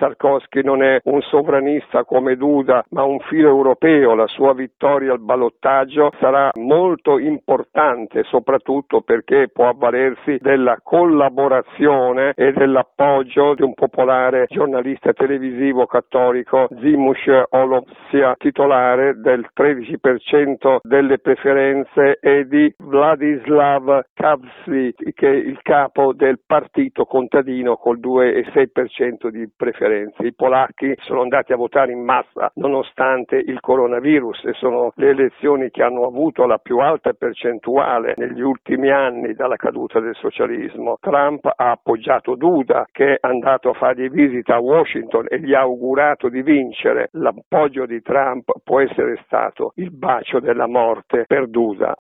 Sarkozy non è un sovranista come Duda, ma un filo europeo. La sua vittoria al ballottaggio sarà molto importante, soprattutto perché può avvalersi della collaborazione e dell'appoggio di un popolare giornalista televisivo cattolico, Zimush Olovsia, titolare del 13% delle preferenze, e di Vladislav Kavsi, che è il capo del partito contadino col 2,6% di preferenze. I polacchi sono andati a votare in massa nonostante il coronavirus, e sono le elezioni che hanno avuto la più alta percentuale negli ultimi anni dalla caduta del socialismo. Trump ha appoggiato Duda, che è andato a fare visita a Washington e gli ha augurato di vincere. L'appoggio di Trump può essere stato il bacio della morte per Duda.